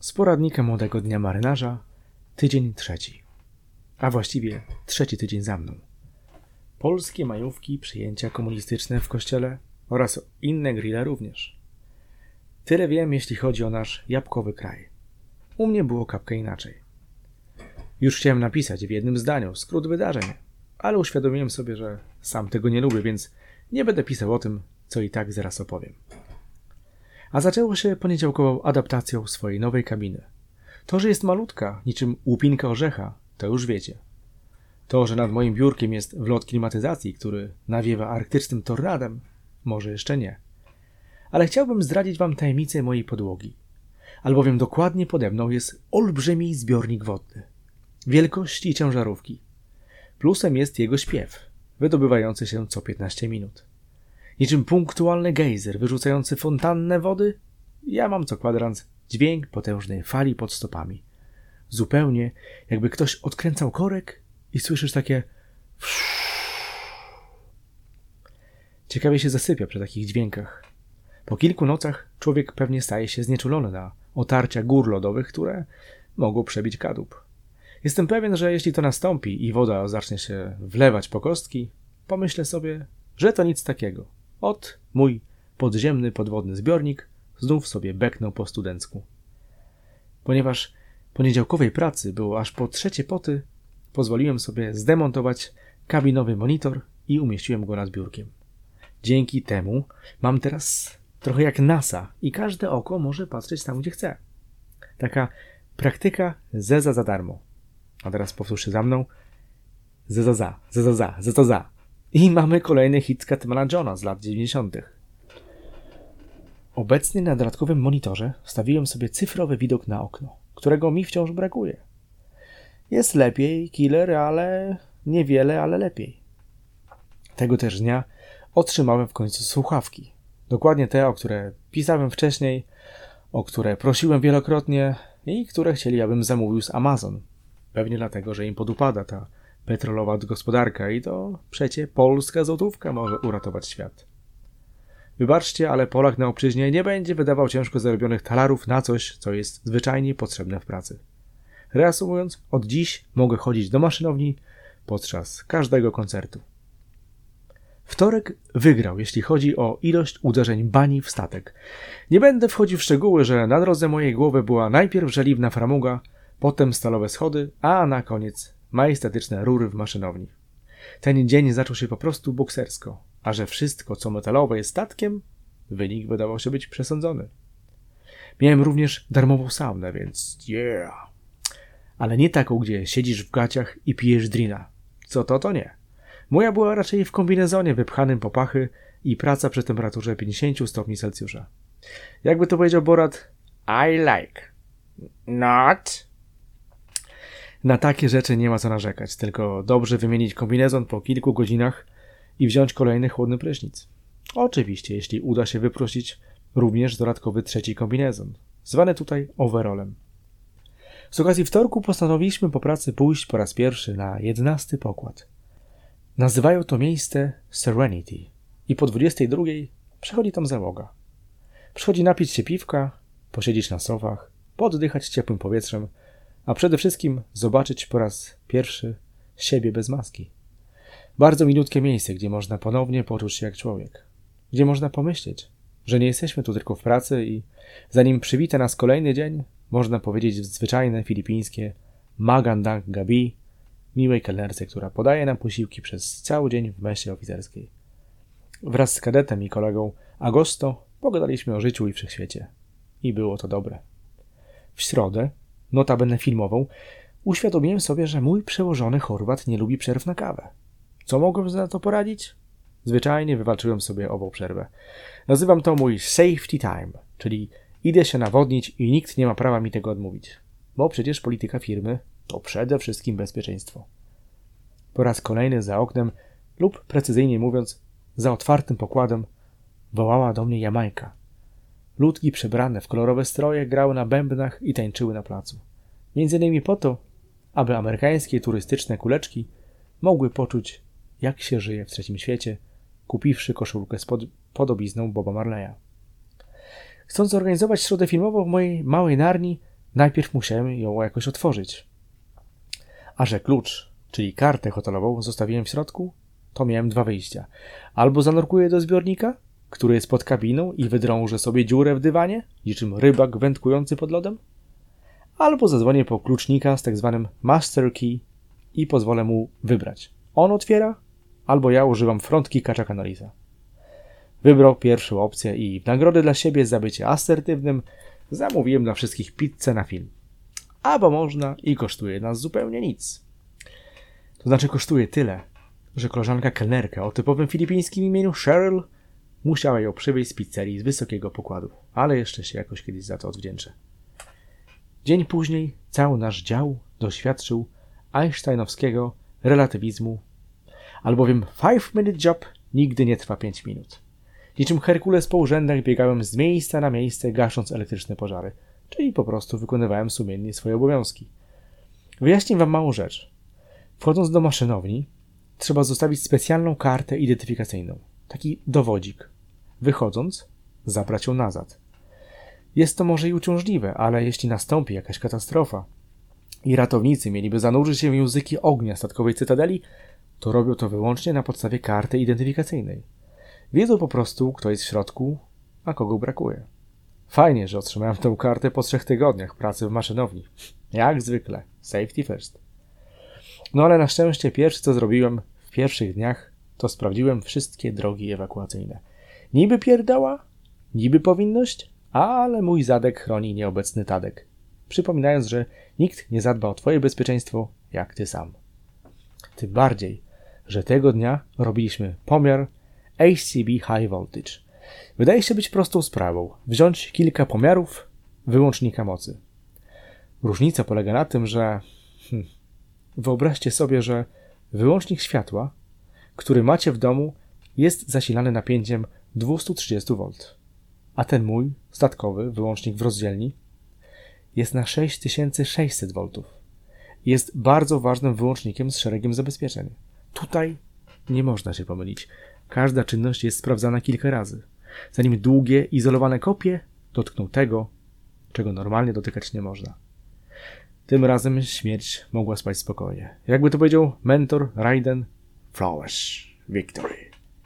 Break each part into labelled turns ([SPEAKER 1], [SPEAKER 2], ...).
[SPEAKER 1] Z poradnika młodego dnia marynarza, tydzień 3. A właściwie 3. tydzień za mną. Polskie majówki, przyjęcia komunistyczne w kościele oraz inne grille również. Tyle wiem, jeśli chodzi o nasz jabłkowy kraj. U mnie było kapkę inaczej. Już chciałem napisać w jednym zdaniu skrót wydarzeń, ale uświadomiłem sobie, że sam tego nie lubię, więc nie będę pisał o tym, co i tak zaraz opowiem. A zaczęło się poniedziałkową adaptacją swojej nowej kabiny. To, że jest malutka, niczym łupinka orzecha, to już wiecie. To, że nad moim biurkiem jest wlot klimatyzacji, który nawiewa arktycznym tornadem, może jeszcze nie. Ale chciałbym zdradzić wam tajemnicę mojej podłogi. Albowiem dokładnie pode mną jest olbrzymi zbiornik wodny. Wielkości ciężarówki. Plusem jest jego śpiew, wydobywający się co 15 minut. Niczym punktualny gejzer wyrzucający fontannę wody, ja mam co kwadrans dźwięk potężnej fali pod stopami. Zupełnie jakby ktoś odkręcał korek i słyszysz takie... Ciekawie się zasypia przy takich dźwiękach. Po kilku nocach człowiek pewnie staje się znieczulony na otarcia gór lodowych, które mogą przebić kadłub. Jestem pewien, że jeśli to nastąpi i woda zacznie się wlewać po kostki, pomyślę sobie, że to nic takiego. Mój podziemny podwodny zbiornik znów sobie beknął po studencku. Ponieważ poniedziałkowej pracy było aż po 3 poty, pozwoliłem sobie zdemontować kabinowy monitor i umieściłem go nad biurkiem. Dzięki temu mam teraz trochę jak NASA i każde oko może patrzeć tam, gdzie chce. Taka praktyka zeza za darmo. A teraz powtórzcie za mną. Zeza. I mamy kolejny hit Catmana Johna z lat 90. Obecnie na dodatkowym monitorze wstawiłem sobie cyfrowy widok na okno, którego mi wciąż brakuje. Jest lepiej, killer, ale niewiele, ale lepiej. Tego też dnia otrzymałem w końcu słuchawki. Dokładnie te, o które pisałem wcześniej, o które prosiłem wielokrotnie i które chcieli, abym zamówił z Amazon. Pewnie dlatego, że im podupada ta petrolowa gospodarka i to przecie polska złotówka może uratować świat. Wybaczcie, ale Polak na obczyźnie nie będzie wydawał ciężko zarobionych talarów na coś, co jest zwyczajnie potrzebne w pracy. Reasumując, od dziś mogę chodzić do maszynowni podczas każdego koncertu. Wtorek wygrał, jeśli chodzi o ilość uderzeń bani w statek. Nie będę wchodził w szczegóły, że na drodze mojej głowy była najpierw żeliwna framuga, potem stalowe schody, a na koniec majestatyczne rury w maszynowni. Ten dzień zaczął się po prostu boksersko, a że wszystko, co metalowe jest statkiem, wynik wydawał się być przesądzony. Miałem również darmową saunę, więc yeah! Ale nie taką, gdzie siedzisz w gaciach i pijesz drina. Co to nie. Moja była raczej w kombinezonie wypchanym po pachy i praca przy temperaturze 50 stopni Celsjusza. Jakby to powiedział Borat, I like. Not. Na takie rzeczy nie ma co narzekać, tylko dobrze wymienić kombinezon po kilku godzinach i wziąć kolejny chłodny prysznic. Oczywiście, jeśli uda się wyprosić również dodatkowy 3. kombinezon, zwany tutaj overallem. Z okazji wtorku postanowiliśmy po pracy pójść po raz pierwszy na 11. pokład. Nazywają to miejsce Serenity i po 22 przychodzi tam załoga. Przychodzi napić się piwka, posiedzieć na sofach, poddychać ciepłym powietrzem, a przede wszystkim zobaczyć po raz pierwszy siebie bez maski. Bardzo milutkie miejsce, gdzie można ponownie poczuć się jak człowiek. Gdzie można pomyśleć, że nie jesteśmy tu tylko w pracy i zanim przywita nas kolejny dzień, można powiedzieć zwyczajne filipińskie Magandang Gabi, miłej kelnerce, która podaje nam posiłki przez cały dzień w mesie oficerskiej. Wraz z kadetem i kolegą Agosto pogadaliśmy o życiu i wszechświecie. I było to dobre. W środę, notabene filmową, uświadomiłem sobie, że mój przełożony Chorwat nie lubi przerw na kawę. Co mogłem na to poradzić? Zwyczajnie wywalczyłem sobie ową przerwę. Nazywam to mój safety time, czyli idę się nawodnić i nikt nie ma prawa mi tego odmówić. Bo przecież polityka firmy to przede wszystkim bezpieczeństwo. Po raz kolejny za oknem, lub precyzyjnie mówiąc, za otwartym pokładem, wołała do mnie Jamajka. Ludki przebrane w kolorowe stroje grały na bębnach i tańczyły na placu. Między innymi po to, aby amerykańskie turystyczne kuleczki mogły poczuć, jak się żyje w trzecim świecie, kupiwszy koszulkę z podobizną Boba Marleya. Chcąc zorganizować środę filmową w mojej małej Narni, Najpierw musiałem ją jakoś otworzyć. A że klucz, czyli kartę hotelową, zostawiłem w środku, to miałem dwa wyjścia. Albo zanurkuję do zbiornika, który jest pod kabiną i wydrążę sobie dziurę w dywanie, niczym rybak wędkujący pod lodem, albo zadzwonię po klucznika z tak zwanym master key i pozwolę mu wybrać. On otwiera, albo ja używam frontkicka Chucka Norrisa. Wybrał pierwszą opcję i w nagrodę dla siebie za bycie asertywnym zamówiłem dla wszystkich pizzę na film. Albo można i kosztuje nas zupełnie nic. To znaczy kosztuje tyle, że koleżanka kelnerka o typowym filipińskim imieniu Cheryl musiała ją przywieźć z pizzerii z wysokiego pokładu, ale jeszcze się jakoś kiedyś za to odwdzięczę. Dzień później cały nasz dział doświadczył einsteinowskiego relatywizmu, albowiem 5-minute job nigdy nie trwa 5 minut. Niczym Herkules po urzędach biegałem z miejsca na miejsce, gasząc elektryczne pożary, czyli po prostu wykonywałem sumiennie swoje obowiązki. Wyjaśnię wam małą rzecz. Wchodząc do maszynowni, trzeba zostawić specjalną kartę identyfikacyjną, taki dowodzik. Wychodząc, zabrać ją nazad. Jest to może i uciążliwe, ale jeśli nastąpi jakaś katastrofa i ratownicy mieliby zanurzyć się w języki ognia statkowej cytadeli, to robią to wyłącznie na podstawie karty identyfikacyjnej. Wiedzą po prostu, kto jest w środku, a kogo brakuje. Fajnie, że otrzymałem tę kartę po 3 tygodniach pracy w maszynowni. Jak zwykle, safety first. No ale na szczęście pierwsze, co zrobiłem w pierwszych dniach, to sprawdziłem wszystkie drogi ewakuacyjne. Niby pierdoła, niby powinność, ale mój zadek chroni nieobecny Tadek, przypominając, że nikt nie zadba o twoje bezpieczeństwo jak ty sam. Tym bardziej, że tego dnia robiliśmy pomiar ACB High Voltage. Wydaje się być prostą sprawą. Wziąć kilka pomiarów wyłącznika mocy. Różnica polega na tym, że wyobraźcie sobie, że wyłącznik światła, który macie w domu, jest zasilany napięciem 230 V, a ten mój statkowy wyłącznik w rozdzielni jest na 6600 V. Jest bardzo ważnym wyłącznikiem z szeregiem zabezpieczeń. Tutaj nie można się pomylić. Każda czynność jest sprawdzana kilka razy, zanim długie, izolowane kopie dotkną tego, czego normalnie dotykać nie można. Tym śmierć mogła spać spokojnie. Jakby to powiedział mentor Raiden, flawless victory.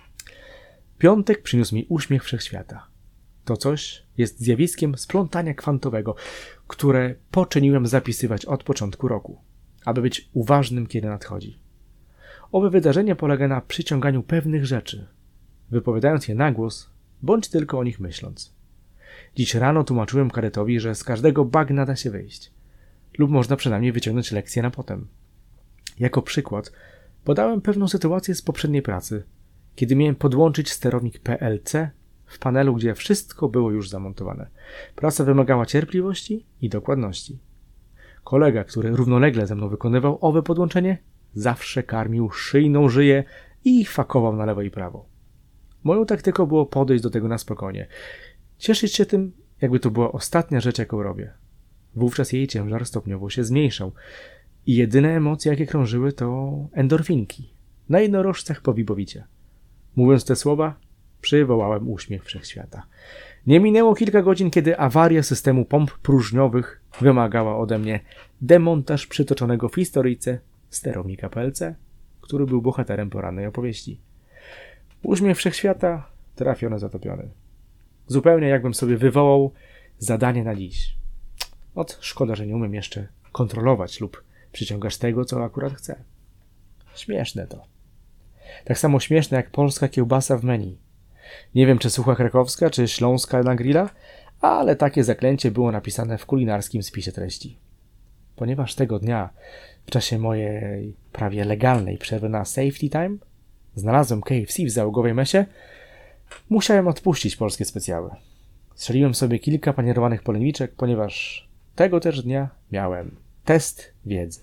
[SPEAKER 1] Piątek przyniósł mi uśmiech wszechświata. To coś jest zjawiskiem splątania kwantowego, które poczyniłem zapisywać od początku roku, aby być uważnym, kiedy nadchodzi. Owe wydarzenie polega na przyciąganiu pewnych rzeczy, wypowiadając je na głos, bądź tylko o nich myśląc. Dziś rano tłumaczyłem kadetowi, że z każdego bagna da się wyjść, lub można przynajmniej wyciągnąć lekcję na potem. Jako przykład podałem pewną sytuację z poprzedniej pracy, kiedy miałem podłączyć sterownik PLC w panelu, gdzie wszystko było już zamontowane. Praca wymagała cierpliwości i dokładności. Kolega, który równolegle ze mną wykonywał owe podłączenie, zawsze karmił szyjną żyję i fakował na lewo i prawo. Moją taktyką było podejść do tego na spokojnie. Cieszyć się tym, jakby to była ostatnia rzecz, jaką robię. Wówczas jej ciężar stopniowo się zmniejszał i jedyne emocje, jakie krążyły, to endorfinki. Na jednorożcach powibowicie. Mówiąc te słowa, przywołałem uśmiech wszechświata. Nie minęło kilka godzin, kiedy awaria systemu pomp próżniowych wymagała ode mnie demontaż przytoczonego w historyjce sterownika PLC, który był bohaterem porannej opowieści. Uśmiech wszechświata trafiony, zatopiony. Zupełnie jakbym sobie wywołał zadanie na dziś. Szkoda, że nie umiem jeszcze kontrolować lub przyciągać tego, co akurat chcę. Śmieszne to. Tak samo śmieszne jak polska kiełbasa w menu. Nie wiem, czy sucha krakowska, czy śląska na grilla, ale takie zaklęcie było napisane w kulinarskim spisie treści. Ponieważ tego dnia, w czasie mojej prawie legalnej przerwy na safety time, znalazłem KFC w załogowej mesie, musiałem odpuścić polskie specjały. Strzeliłem sobie kilka panierowanych polędwiczek, ponieważ tego też dnia miałem test wiedzy.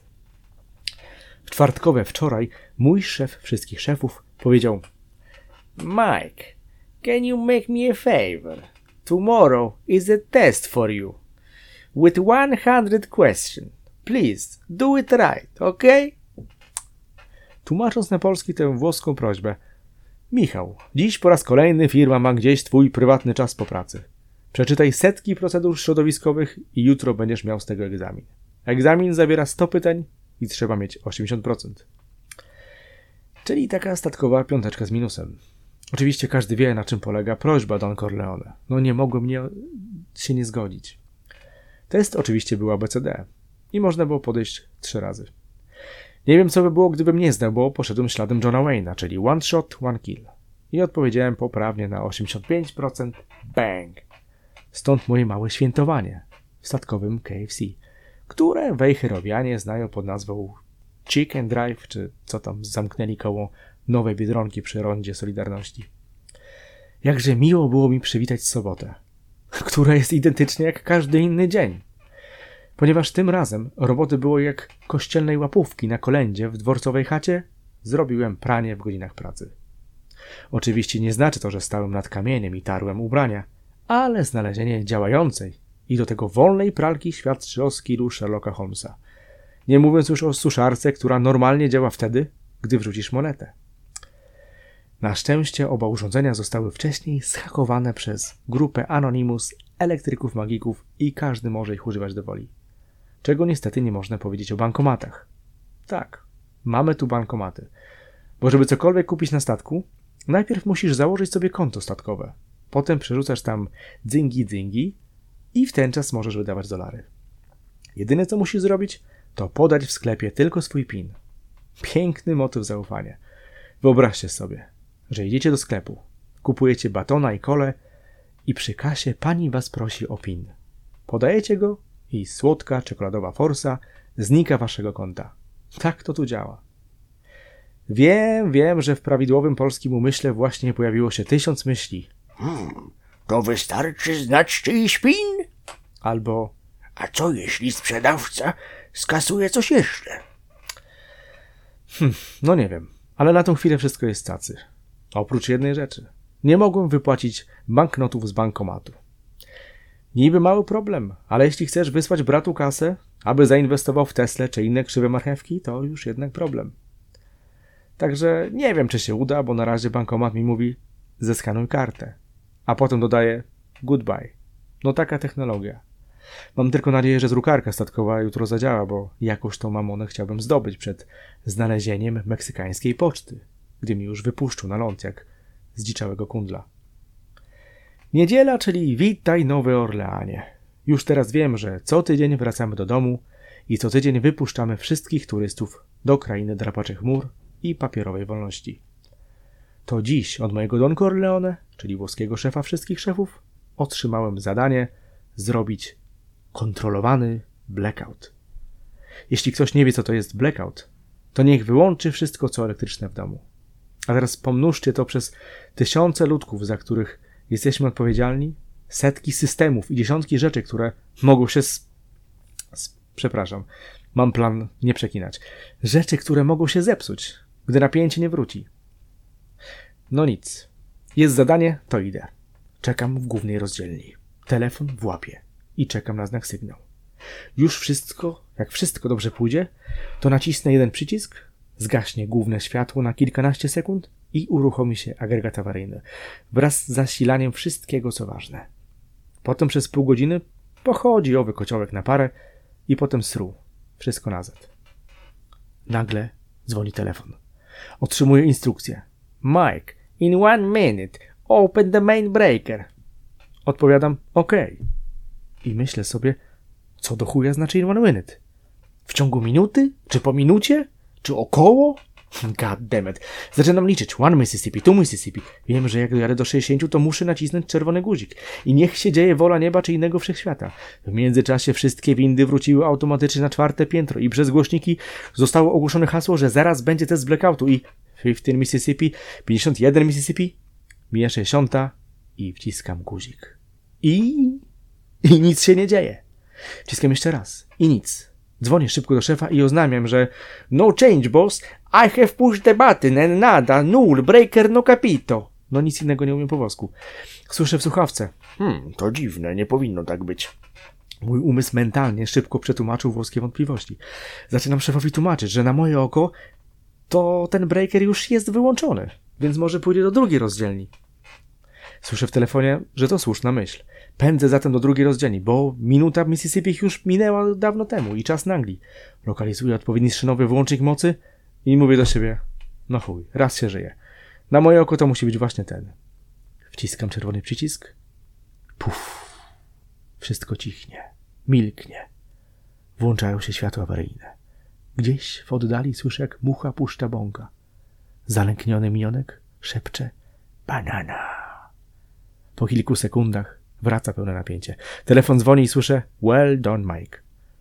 [SPEAKER 1] W czwartkowe wczoraj mój szef wszystkich szefów powiedział: Mike, can you make me a favor? Tomorrow is a test for you. With 100 questions. Please, do it right, okay? Tłumacząc na polski tę włoską prośbę: Michał, dziś po raz kolejny firma ma gdzieś twój prywatny czas po pracy. Przeczytaj setki procedur środowiskowych i jutro będziesz miał z tego egzamin. Egzamin zawiera 100 pytań i trzeba mieć 80%. Czyli taka statkowa piąteczka z minusem. Oczywiście każdy wie, na czym polega prośba Don Corleone. No nie mogłem się nie zgodzić. Test oczywiście był ABCD i można było podejść 3 razy. Nie wiem, co by było, gdybym nie znał, bo poszedłem śladem Johna Wayne'a, czyli one shot, one kill. I odpowiedziałem poprawnie na 85%. Bang! Stąd moje małe świętowanie w statkowym KFC, które wejherowianie znają pod nazwą Chicken Drive, czy co tam zamknęli koło Nowej Biedronki przy rondzie Solidarności. Jakże miło było mi przywitać sobotę, która jest identycznie jak każdy inny dzień. Ponieważ tym razem roboty było jak kościelnej łapówki na kolędzie w dworcowej chacie, zrobiłem pranie w godzinach pracy. Oczywiście nie znaczy to, że stałem nad kamieniem i tarłem ubrania, ale znalezienie działającej i do tego wolnej pralki świadczy o skillu Sherlocka Holmesa. Nie mówiąc już o suszarce, która normalnie działa wtedy, gdy wrzucisz monetę. Na szczęście oba urządzenia zostały wcześniej zhakowane przez grupę Anonymous, elektryków, magików i każdy może ich używać do woli. Czego niestety nie można powiedzieć o bankomatach. Tak, mamy tu bankomaty. Bo żeby cokolwiek kupić na statku, najpierw musisz założyć sobie konto statkowe. Potem przerzucasz tam dzyngi i w ten czas możesz wydawać dolary. Jedyne co musisz zrobić, to podać w sklepie tylko swój PIN. Piękny motyw zaufania. Wyobraźcie sobie, że idziecie do sklepu, kupujecie batona i kolę i przy kasie pani was prosi o PIN. Podajecie go i słodka czekoladowa forsa znika waszego konta. Tak to tu działa. Wiem, że w prawidłowym polskim umyśle właśnie pojawiło się 1000 myśli.
[SPEAKER 2] To wystarczy znać czyjś PIN?
[SPEAKER 1] Albo
[SPEAKER 2] A co jeśli sprzedawca skasuje coś jeszcze?
[SPEAKER 1] no nie wiem, ale na tą chwilę wszystko jest cacy. Oprócz jednej rzeczy. Nie mogłem wypłacić banknotów z bankomatu. Niby mały problem, ale jeśli chcesz wysłać bratu kasę, aby zainwestował w Teslę czy inne krzywe marchewki, to już jednak problem. Także nie wiem, czy się uda, bo na razie bankomat mi mówi zeskanuj kartę, a potem dodaje goodbye. No taka technologia. Mam tylko nadzieję, że drukarka statkowa jutro zadziała, bo jakoś tą mamonę chciałbym zdobyć przed znalezieniem meksykańskiej poczty, gdy mi już wypuszczą na ląd jak zdziczałego kundla. Niedziela, czyli witaj Nowy Orleanie. Już teraz wiem, że co tydzień wracamy do domu i co tydzień wypuszczamy wszystkich turystów do krainy drapaczy chmur i papierowej wolności. To dziś od mojego Don Corleone, czyli włoskiego szefa wszystkich szefów, otrzymałem zadanie zrobić kontrolowany blackout. Jeśli ktoś nie wie, co to jest blackout, to niech wyłączy wszystko, co elektryczne w domu. A teraz pomnóżcie to przez tysiące ludków, za których jesteśmy odpowiedzialni, setki systemów i dziesiątki rzeczy, które mogą się przepraszam, mam plan nie przeklinać. Rzeczy, które mogą się zepsuć, gdy napięcie nie wróci. No nic. Jest zadanie, to idę. Czekam w głównej rozdzielni. Telefon w łapie i czekam na znak sygnał. Już wszystko, jak wszystko dobrze pójdzie, to nacisnę jeden przycisk, zgaśnie główne światło na kilkanaście sekund i uruchomi się agregat awaryjny wraz z zasilaniem wszystkiego, co ważne. Potem przez pół godziny pochodzi owy kociołek na parę i potem sru. Wszystko nazad. Nagle dzwoni telefon. Otrzymuję instrukcję. Mike, in 1 minute, open the main breaker. Odpowiadam, okej. I myślę sobie, co do chuja znaczy in 1 minute? W ciągu minuty? Czy po minucie? Czy około? God damn it. Zaczynam liczyć. 1 Mississippi, 2 Mississippi. Wiem, że jak dojadę do 60, to muszę nacisnąć czerwony guzik. I niech się dzieje wola nieba czy innego wszechświata. W międzyczasie wszystkie windy wróciły automatycznie na 4. piętro i przez głośniki zostało ogłoszone hasło, że zaraz będzie test blackoutu i 15 Mississippi, 51 Mississippi, mija 60 i wciskam guzik. I nic się nie dzieje. Wciskam jeszcze raz. I nic. Dzwonię szybko do szefa i oznamiam, że no change, boss. I have pushed the button and nada, null, breaker no capito. No nic innego nie umiem po włosku. Słyszę w słuchawce.
[SPEAKER 2] To dziwne, nie powinno tak być.
[SPEAKER 1] Mój umysł mentalnie szybko przetłumaczył włoskie wątpliwości. Zaczynam szefowi tłumaczyć, że na moje oko to ten breaker już jest wyłączony, więc może pójdzie do drugiej rozdzielni. Słyszę w telefonie, że to słuszna myśl. Pędzę zatem do drugiej rozdzielni, bo minuta w Mississippi już minęła dawno temu i czas na Anglii. Lokalizuję odpowiedni szynowy wyłącznik mocy i mówię do siebie, no chuj, raz się żyje. Na moje oko to musi być właśnie ten. Wciskam czerwony przycisk. Puf. Wszystko cichnie. Milknie. Włączają się światła awaryjne. Gdzieś w oddali słyszę, jak mucha puszcza bąka. Zalękniony minionek szepcze banana. Po kilku sekundach wraca pełne napięcie. Telefon dzwoni i słyszę well done, Mike.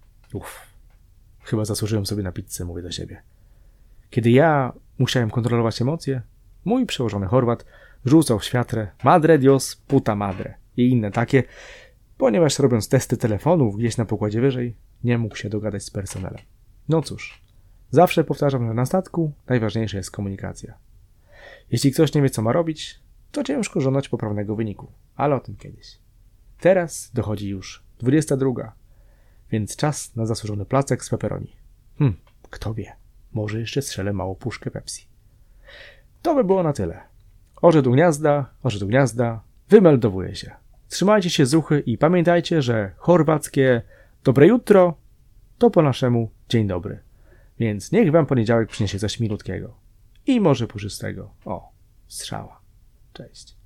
[SPEAKER 1] Chyba zasłużyłem sobie na pizzę, mówię do siebie. Kiedy ja musiałem kontrolować emocje, mój przełożony Chorwat rzucał w światrę Madre Dios puta madre i inne takie, ponieważ robiąc testy telefonów gdzieś na pokładzie wyżej, nie mógł się dogadać z personelem. No cóż, zawsze powtarzam, że na statku najważniejsza jest komunikacja. Jeśli ktoś nie wie, co ma robić, to ciężko żądać poprawnego wyniku, ale o tym kiedyś. Teraz dochodzi już 22, więc czas na zasłużony placek z pepperoni. Kto wie, może jeszcze strzelę małą puszkę Pepsi. To by było na tyle. Orze do gniazda, wymeldowuję się. Trzymajcie się z uchy i pamiętajcie, że chorwackie dobre jutro to po naszemu dzień dobry. Więc niech wam poniedziałek przyniesie coś milutkiego. I może puszystego. O, strzała. Cześć.